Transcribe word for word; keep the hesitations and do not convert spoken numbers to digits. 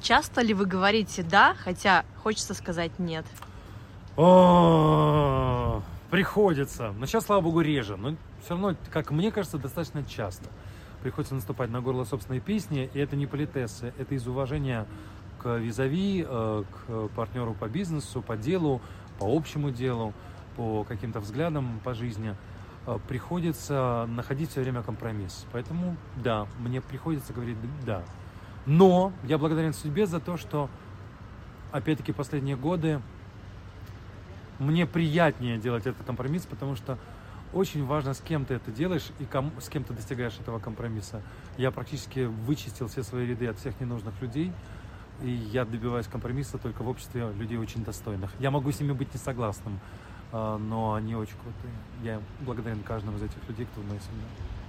Часто ли вы говорите «да», хотя хочется сказать «нет»? О, приходится. Но сейчас, слава богу, реже. Но все равно, как мне кажется, достаточно часто. Приходится наступать на горло собственной песни, и это не политессы, это из уважения к визави, к партнеру по бизнесу, по делу, по общему делу, по каким-то взглядам по жизни. Приходится находить все время компромисс. Поэтому, да, мне приходится говорить «да». Но я благодарен судьбе за то, что, опять-таки, последние годы мне приятнее делать этот компромисс, потому что очень важно, с кем ты это делаешь и кому, с кем ты достигаешь этого компромисса. Я практически вычистил все свои ряды от всех ненужных людей, и я добиваюсь компромисса только в обществе людей очень достойных. Я могу с ними быть не согласным, но они очень крутые. Я благодарен каждому из этих людей, кто в моей семье.